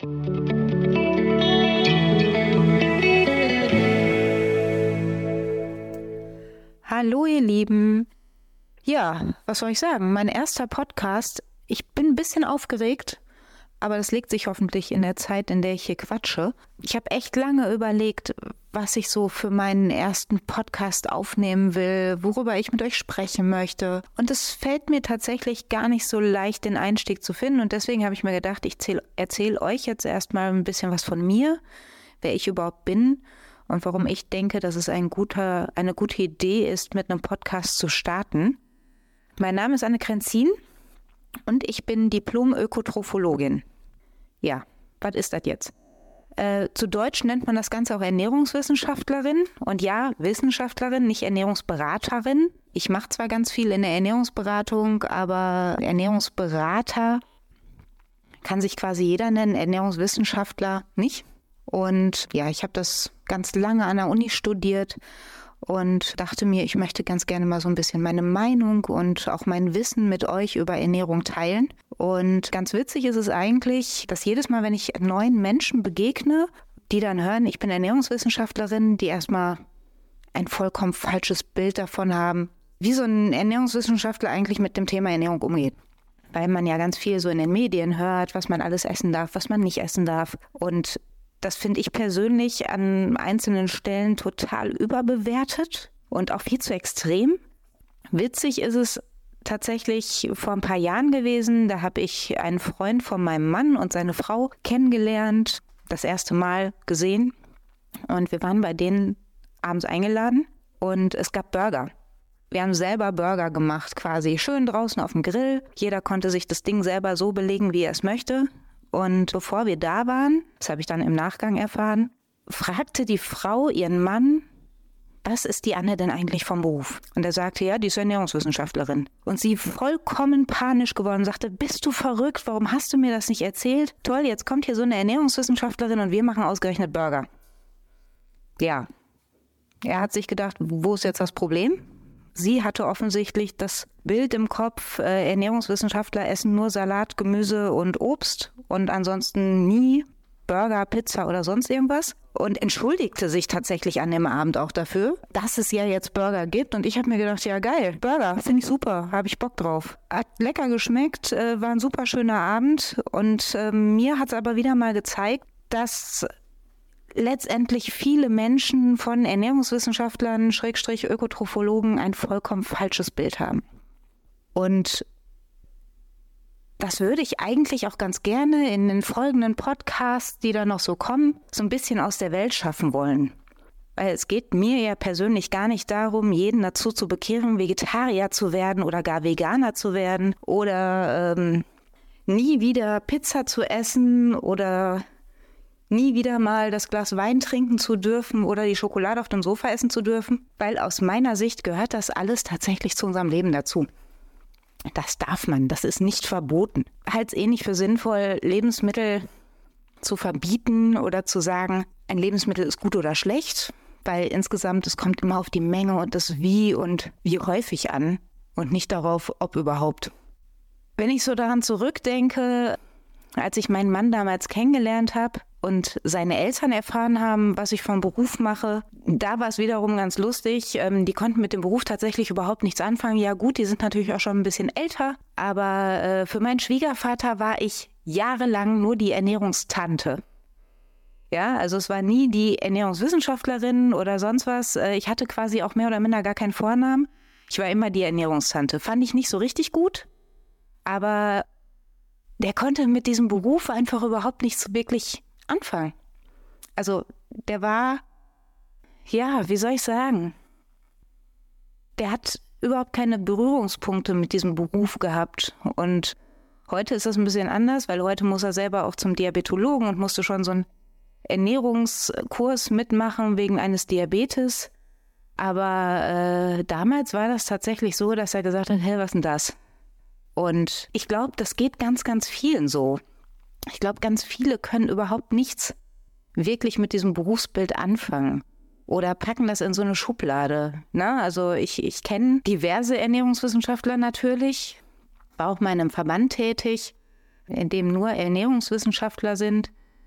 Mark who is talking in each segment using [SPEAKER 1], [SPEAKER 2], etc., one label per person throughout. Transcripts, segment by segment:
[SPEAKER 1] Hallo ihr Lieben. Ja, was soll ich sagen? Mein erster Podcast. Ich bin ein bisschen aufgeregt, aber das legt sich hoffentlich in der Zeit, in der ich hier quatsche. Ich habe echt lange überlegt, was ich so für meinen ersten Podcast aufnehmen will, worüber ich mit euch sprechen möchte. Und es fällt mir tatsächlich gar nicht so leicht, den Einstieg zu finden. Und deswegen habe ich mir gedacht, ich erzähle euch jetzt erstmal ein bisschen was von mir, wer ich überhaupt bin und warum ich denke, dass es eine gute Idee ist, mit einem Podcast zu starten. Mein Name ist Anne Krenzin und ich bin Diplom-Ökotrophologin. Ja, was ist das jetzt? Zu Deutsch nennt man das Ganze auch Ernährungswissenschaftlerin. Und ja, Wissenschaftlerin, nicht Ernährungsberaterin. Ich mache zwar ganz viel in der Ernährungsberatung, aber Ernährungsberater kann sich quasi jeder nennen, Ernährungswissenschaftler nicht. Und ja, ich habe das ganz lange an der Uni studiert und dachte mir, ich möchte ganz gerne mal so ein bisschen meine Meinung und auch mein Wissen mit euch über Ernährung teilen. Und ganz witzig ist es eigentlich, dass jedes Mal, wenn ich neuen Menschen begegne, die dann hören, ich bin Ernährungswissenschaftlerin, die erstmal ein vollkommen falsches Bild davon haben, wie so ein Ernährungswissenschaftler eigentlich mit dem Thema Ernährung umgeht. Weil man ja ganz viel so in den Medien hört, was man alles essen darf, was man nicht essen darf. Und das finde ich persönlich an einzelnen Stellen total überbewertet und auch viel zu extrem. Witzig ist es tatsächlich vor ein paar Jahren gewesen. Da habe ich einen Freund von meinem Mann und seine Frau kennengelernt, das erste Mal gesehen. Und wir waren bei denen abends eingeladen und es gab Burger. Wir haben selber Burger gemacht, quasi schön draußen auf dem Grill. Jeder konnte sich das Ding selber so belegen, wie er es möchte. Und bevor wir da waren, das habe ich dann im Nachgang erfahren, fragte die Frau ihren Mann, was ist die Anne denn eigentlich vom Beruf? Und er sagte, ja, die ist Ernährungswissenschaftlerin. Und sie vollkommen panisch geworden, sagte, bist du verrückt, warum hast du mir das nicht erzählt? Toll, jetzt kommt hier so eine Ernährungswissenschaftlerin und wir machen ausgerechnet Burger. Ja, er hat sich gedacht, wo ist jetzt das Problem? Sie hatte offensichtlich das Bild im Kopf, Ernährungswissenschaftler essen nur Salat, Gemüse und Obst und ansonsten nie Burger, Pizza oder sonst irgendwas. Und entschuldigte sich tatsächlich an dem Abend auch dafür, dass es ja jetzt Burger gibt. Und ich habe mir gedacht, ja geil, Burger, finde ich super, habe ich Bock drauf. Hat lecker geschmeckt, war ein super schöner Abend. Und mir hat es aber wieder mal gezeigt, dass letztendlich viele Menschen von Ernährungswissenschaftlern, Ökotrophologen ein vollkommen falsches Bild haben. Und das würde ich eigentlich auch ganz gerne in den folgenden Podcasts, die da noch so kommen, so ein bisschen aus der Welt schaffen wollen. Weil es geht mir ja persönlich gar nicht darum, jeden dazu zu bekehren, Vegetarier zu werden oder gar Veganer zu werden oder nie wieder Pizza zu essen oder nie wieder mal das Glas Wein trinken zu dürfen oder die Schokolade auf dem Sofa essen zu dürfen, weil aus meiner Sicht gehört das alles tatsächlich zu unserem Leben dazu. Das darf man, das ist nicht verboten. Ich halte es eh nicht für sinnvoll, Lebensmittel zu verbieten oder zu sagen, ein Lebensmittel ist gut oder schlecht, weil insgesamt es kommt immer auf die Menge und das Wie und wie häufig an und nicht darauf, ob überhaupt. Wenn ich so daran zurückdenke, als ich meinen Mann damals kennengelernt habe und seine Eltern erfahren haben, was ich vom Beruf mache, da war es wiederum ganz lustig. Die konnten mit dem Beruf tatsächlich überhaupt nichts anfangen. Ja gut, die sind natürlich auch schon ein bisschen älter, aber für meinen Schwiegervater war ich jahrelang nur die Ernährungstante. Ja, also es war nie die Ernährungswissenschaftlerin oder sonst was. Ich hatte quasi auch mehr oder minder gar keinen Vornamen. Ich war immer die Ernährungstante. Fand ich nicht so richtig gut, aber der konnte mit diesem Beruf einfach überhaupt nicht so wirklich anfangen. Also der war, ja, wie soll ich sagen, der hat überhaupt keine Berührungspunkte mit diesem Beruf gehabt. Und heute ist das ein bisschen anders, weil heute muss er selber auch zum Diabetologen und musste schon so einen Ernährungskurs mitmachen wegen eines Diabetes. Aber damals war das tatsächlich so, dass er gesagt hat, hey, was denn das? Und ich glaube, das geht ganz, ganz vielen so. Ich glaube, ganz viele können überhaupt nichts wirklich mit diesem Berufsbild anfangen oder packen das in so eine Schublade. Ne? Also ich kenne diverse Ernährungswissenschaftler natürlich, war auch mal in einem Verband tätig, in dem nur Ernährungswissenschaftler sind.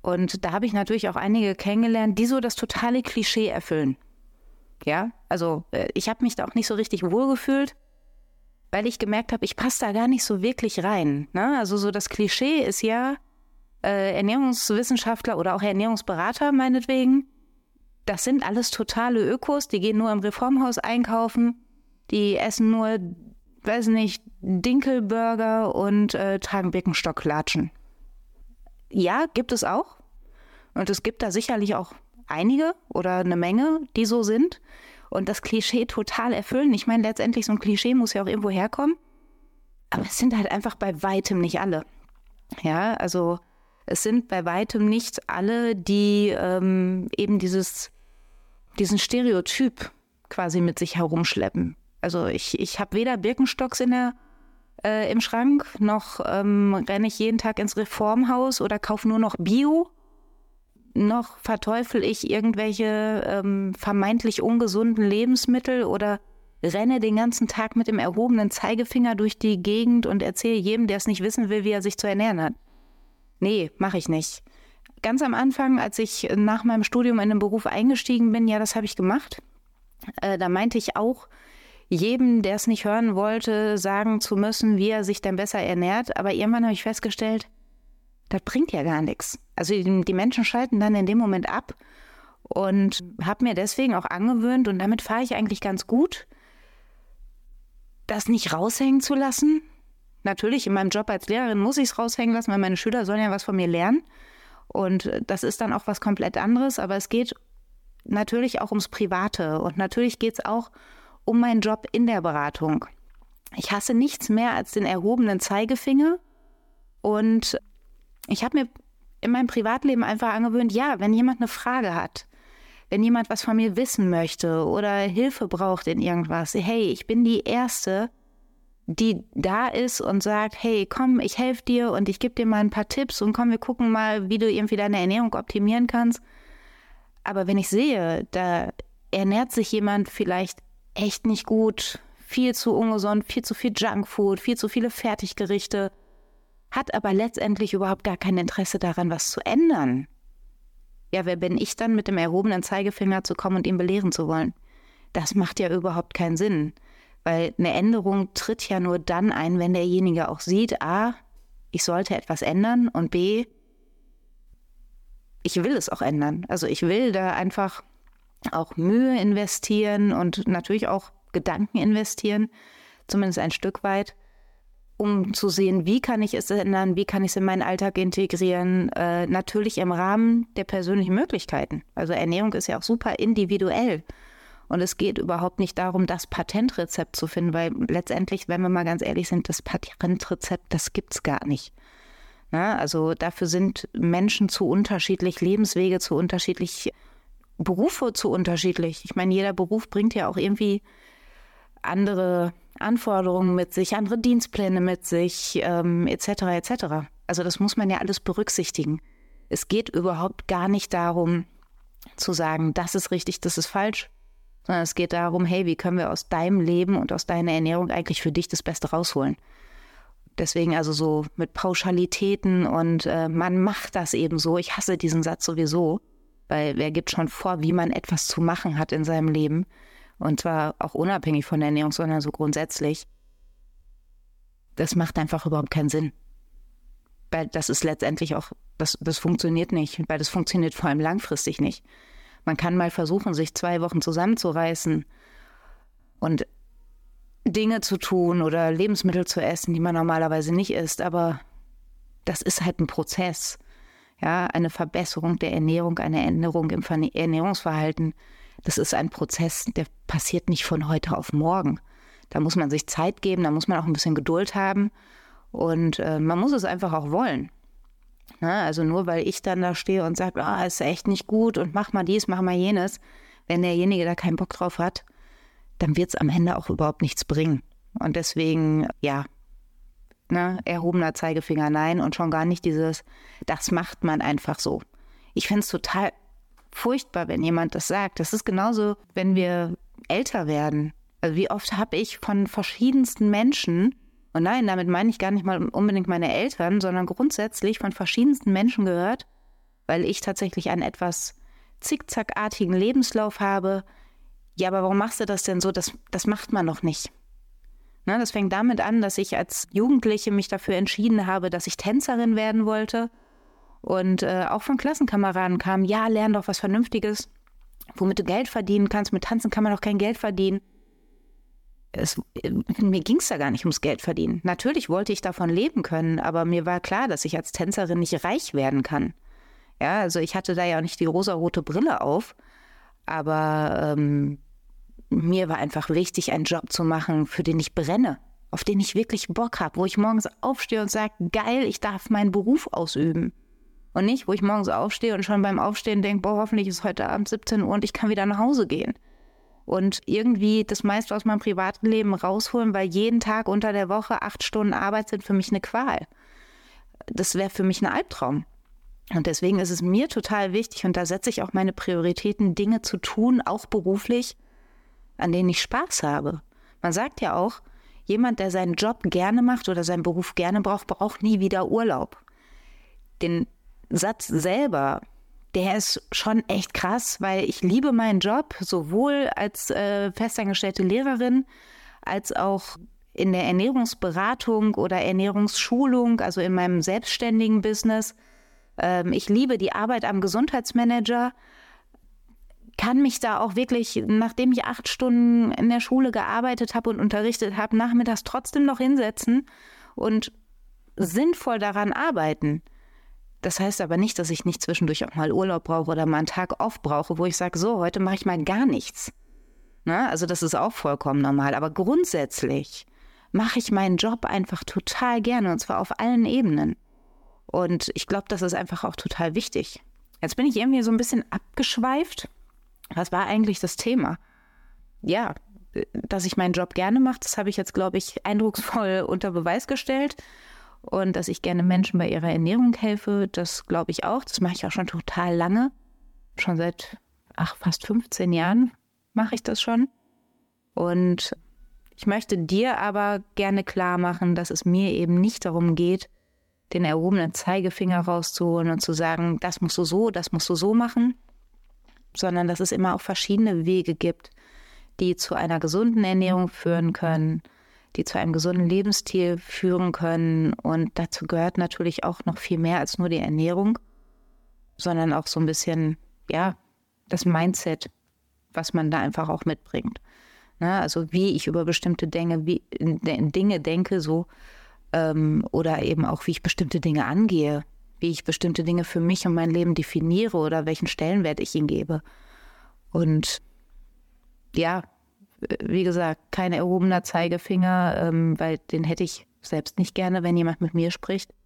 [SPEAKER 1] Und da habe ich natürlich auch einige kennengelernt, die so das totale Klischee erfüllen. Ja, also ich habe mich da auch nicht so richtig wohlgefühlt, weil ich gemerkt habe, ich passe da gar nicht so wirklich rein. Ne? Also so das Klischee ist ja Ernährungswissenschaftler oder auch Ernährungsberater meinetwegen. Das sind alles totale Ökos, die gehen nur im Reformhaus einkaufen, die essen nur, weiß nicht, Dinkelburger und tragen Birkenstocklatschen. Ja, gibt es auch. Und es gibt da sicherlich auch einige oder eine Menge, die so sind und das Klischee total erfüllen. Ich meine, letztendlich so ein Klischee muss ja auch irgendwo herkommen. Aber es sind halt einfach bei weitem nicht alle. Ja, also es sind bei weitem nicht alle, die eben diesen Stereotyp quasi mit sich herumschleppen. Also ich habe weder Birkenstocks im Schrank, noch renne ich jeden Tag ins Reformhaus oder kaufe nur noch Bio, noch verteufel ich irgendwelche vermeintlich ungesunden Lebensmittel oder renne den ganzen Tag mit dem erhobenen Zeigefinger durch die Gegend und erzähle jedem, der es nicht wissen will, wie er sich zu ernähren hat. Nee, mache ich nicht. Ganz am Anfang, als ich nach meinem Studium in den Beruf eingestiegen bin, ja, das habe ich gemacht. Da meinte ich auch, jedem, der es nicht hören wollte, sagen zu müssen, wie er sich denn besser ernährt. Aber irgendwann habe ich festgestellt, das bringt ja gar nichts. Also die Menschen schalten dann in dem Moment ab und habe mir deswegen auch angewöhnt, und damit fahre ich eigentlich ganz gut, das nicht raushängen zu lassen. Natürlich, in meinem Job als Lehrerin muss ich es raushängen lassen, weil meine Schüler sollen ja was von mir lernen. Und das ist dann auch was komplett anderes. Aber es geht natürlich auch ums Private. Und natürlich geht es auch um meinen Job in der Beratung. Ich hasse nichts mehr als den erhobenen Zeigefinger. Und ich habe mir in meinem Privatleben einfach angewöhnt, ja, wenn jemand eine Frage hat, wenn jemand was von mir wissen möchte oder Hilfe braucht in irgendwas, hey, ich bin die Erste, die da ist und sagt, hey, komm, ich helfe dir und ich gebe dir mal ein paar Tipps und komm, wir gucken mal, wie du irgendwie deine Ernährung optimieren kannst. Aber wenn ich sehe, da ernährt sich jemand vielleicht echt nicht gut, viel zu ungesund, viel zu viel Junkfood, viel zu viele Fertiggerichte, hat aber letztendlich überhaupt gar kein Interesse daran, was zu ändern. Ja, wer bin ich dann, mit dem erhobenen Zeigefinger zu kommen und ihn belehren zu wollen? Das macht ja überhaupt keinen Sinn, weil eine Änderung tritt ja nur dann ein, wenn derjenige auch sieht, a, ich sollte etwas ändern und b, ich will es auch ändern. Also ich will da einfach auch Mühe investieren und natürlich auch Gedanken investieren, zumindest ein Stück weit, um zu sehen, wie kann ich es ändern, wie kann ich es in meinen Alltag integrieren, natürlich im Rahmen der persönlichen Möglichkeiten. Also Ernährung ist ja auch super individuell und es geht überhaupt nicht darum, das Patentrezept zu finden, weil letztendlich, wenn wir mal ganz ehrlich sind, das Patentrezept, das gibt's gar nicht. Na, also dafür sind Menschen zu unterschiedlich, Lebenswege zu unterschiedlich, Berufe zu unterschiedlich. Ich meine, jeder Beruf bringt ja auch irgendwie andere Anforderungen mit sich, andere Dienstpläne mit sich, etc. etc. Also das muss man ja alles berücksichtigen. Es geht überhaupt gar nicht darum, zu sagen, das ist richtig, das ist falsch, sondern es geht darum, hey, wie können wir aus deinem Leben und aus deiner Ernährung eigentlich für dich das Beste rausholen? Deswegen also so mit Pauschalitäten und man macht das eben so. Ich hasse diesen Satz sowieso, weil wer gibt schon vor, wie man etwas zu machen hat in seinem Leben? Und zwar auch unabhängig von der Ernährung, sondern so grundsätzlich. Das macht einfach überhaupt keinen Sinn. Weil das ist letztendlich auch, das funktioniert nicht, weil das funktioniert vor allem langfristig nicht. Man kann mal versuchen, sich 2 Wochen zusammenzureißen und Dinge zu tun oder Lebensmittel zu essen, die man normalerweise nicht isst, aber das ist halt ein Prozess. Ja, eine Verbesserung der Ernährung, eine Änderung im Ernährungsverhalten, das ist ein Prozess, der passiert nicht von heute auf morgen. Da muss man sich Zeit geben, da muss man auch ein bisschen Geduld haben und man muss es einfach auch wollen. Ja, also nur weil ich dann da stehe und sage, ist echt nicht gut und mach mal dies, mach mal jenes, wenn derjenige da keinen Bock drauf hat, dann wird es am Ende auch überhaupt nichts bringen. Und deswegen, ja, erhobener Zeigefinger nein und schon gar nicht das macht man einfach so. Ich finde es total furchtbar, wenn jemand das sagt. Das ist genauso, wenn wir älter werden. Also wie oft habe ich von verschiedensten Menschen, und nein, damit meine ich gar nicht mal unbedingt meine Eltern, sondern grundsätzlich von verschiedensten Menschen gehört, weil ich tatsächlich einen etwas zickzackartigen Lebenslauf habe. Ja, aber warum machst du das denn so? Das macht man noch nicht. Na, das fängt damit an, dass ich als Jugendliche mich dafür entschieden habe, dass ich Tänzerin werden wollte. Und auch von Klassenkameraden kam, ja, lern doch was Vernünftiges, womit du Geld verdienen kannst. Mit Tanzen kann man doch kein Geld verdienen. Mir ging es da gar nicht ums Geld verdienen. Natürlich wollte ich davon leben können, aber mir war klar, dass ich als Tänzerin nicht reich werden kann. Ja, also ich hatte da ja auch nicht die rosarote Brille auf, aber mir war einfach wichtig, einen Job zu machen, für den ich brenne, auf den ich wirklich Bock habe, wo ich morgens aufstehe und sage, geil, ich darf meinen Beruf ausüben. Und nicht, wo ich morgens aufstehe und schon beim Aufstehen denke, boah, hoffentlich ist heute Abend 17 Uhr und ich kann wieder nach Hause gehen. Und irgendwie das meiste aus meinem privaten Leben rausholen, weil jeden Tag unter der Woche 8 Stunden Arbeit sind für mich eine Qual. Das wäre für mich ein Albtraum. Und deswegen ist es mir total wichtig, und da setze ich auch meine Prioritäten, Dinge zu tun, auch beruflich, an denen ich Spaß habe. Man sagt ja auch, jemand, der seinen Job gerne macht oder seinen Beruf gerne braucht, braucht nie wieder Urlaub. Den Satz selber, der ist schon echt krass, weil ich liebe meinen Job, sowohl als festangestellte Lehrerin, als auch in der Ernährungsberatung oder Ernährungsschulung, also in meinem selbstständigen Business. Ich liebe die Arbeit am Gesundheitsmanager, kann mich da auch wirklich, nachdem ich 8 Stunden in der Schule gearbeitet habe und unterrichtet habe, nachmittags trotzdem noch hinsetzen und sinnvoll daran arbeiten. Das heißt aber nicht, dass ich nicht zwischendurch auch mal Urlaub brauche oder mal einen Tag off brauche, wo ich sage, so, heute mache ich mal gar nichts. Na, also das ist auch vollkommen normal. Aber grundsätzlich mache ich meinen Job einfach total gerne, und zwar auf allen Ebenen. Und ich glaube, das ist einfach auch total wichtig. Jetzt bin ich irgendwie so ein bisschen abgeschweift. Was war eigentlich das Thema? Ja, dass ich meinen Job gerne mache, das habe ich jetzt, glaube ich, eindrucksvoll unter Beweis gestellt. Und dass ich gerne Menschen bei ihrer Ernährung helfe, das glaube ich auch. Das mache ich auch schon total lange. Schon seit fast 15 Jahren mache ich das schon. Und ich möchte dir aber gerne klar machen, dass es mir eben nicht darum geht, den erhobenen Zeigefinger rauszuholen und zu sagen, das musst du so machen, sondern dass es immer auch verschiedene Wege gibt, die zu einer gesunden Ernährung führen können, die zu einem gesunden Lebensstil führen können. Und dazu gehört natürlich auch noch viel mehr als nur die Ernährung, sondern auch so ein bisschen, ja, das Mindset, was man da einfach auch mitbringt. Na, also wie ich über bestimmte Dinge denke, so, oder eben auch, wie ich bestimmte Dinge angehe, wie ich bestimmte Dinge für mich und mein Leben definiere oder welchen Stellenwert ich ihnen gebe. Und ja, wie gesagt, kein erhobener Zeigefinger, weil den hätte ich selbst nicht gerne, wenn jemand mit mir spricht.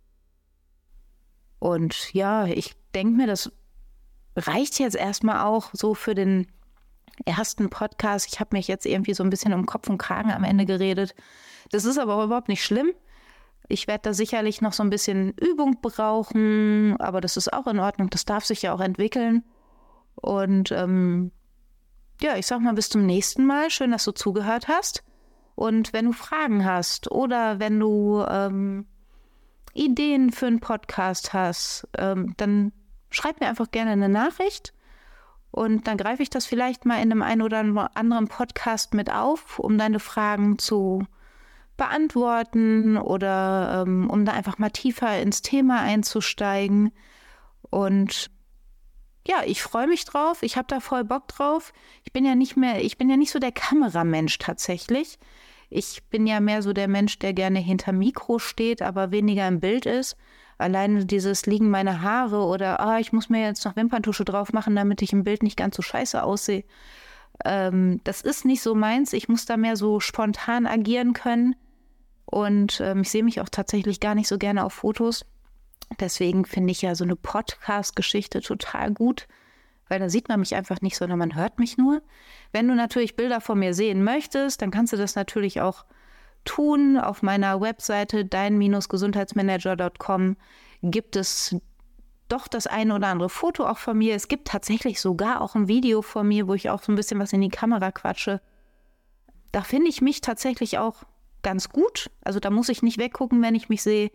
[SPEAKER 1] Und ja, ich denke mir, das reicht jetzt erstmal auch so für den ersten Podcast. Ich habe mich jetzt irgendwie so ein bisschen um Kopf und Kragen am Ende geredet. Das ist aber auch überhaupt nicht schlimm. Ich werde da sicherlich noch so ein bisschen Übung brauchen, aber das ist auch in Ordnung. Das darf sich ja auch entwickeln. Und ja, ich sag mal, bis zum nächsten Mal. Schön, dass du zugehört hast. Und wenn du Fragen hast oder wenn du Ideen für einen Podcast hast, dann schreib mir einfach gerne eine Nachricht. Und dann greife ich das vielleicht mal in einem einen oder anderen Podcast mit auf, um deine Fragen zu beantworten oder um da einfach mal tiefer ins Thema einzusteigen. Und ja, ich freue mich drauf. Ich habe da voll Bock drauf. Ich bin ja nicht so der Kameramensch tatsächlich. Ich bin ja mehr so der Mensch, der gerne hinter Mikro steht, aber weniger im Bild ist. Alleine dieses liegen meine Haare oder ich muss mir jetzt noch Wimperntusche drauf machen, damit ich im Bild nicht ganz so scheiße aussehe. Das ist nicht so meins. Ich muss da mehr so spontan agieren können. Und ich sehe mich auch tatsächlich gar nicht so gerne auf Fotos. Deswegen finde ich ja so eine Podcast-Geschichte total gut, weil da sieht man mich einfach nicht, sondern man hört mich nur. Wenn du natürlich Bilder von mir sehen möchtest, dann kannst du das natürlich auch tun. Auf meiner Webseite dein-gesundheitsmanager.com gibt es doch das eine oder andere Foto auch von mir. Es gibt tatsächlich sogar auch ein Video von mir, wo ich auch so ein bisschen was in die Kamera quatsche. Da finde ich mich tatsächlich auch ganz gut. Also da muss ich nicht weggucken, wenn ich mich sehe.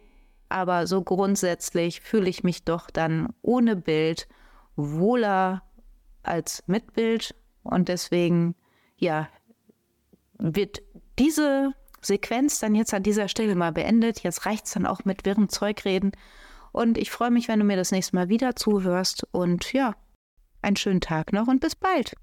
[SPEAKER 1] aber so grundsätzlich fühle ich mich doch dann ohne Bild wohler als mit Bild. Und deswegen, ja, wird diese Sequenz dann jetzt an dieser Stelle mal beendet. Jetzt reicht es dann auch mit wirrem Zeugreden. Und ich freue mich, wenn du mir das nächste Mal wieder zuhörst. Und ja, einen schönen Tag noch und bis bald.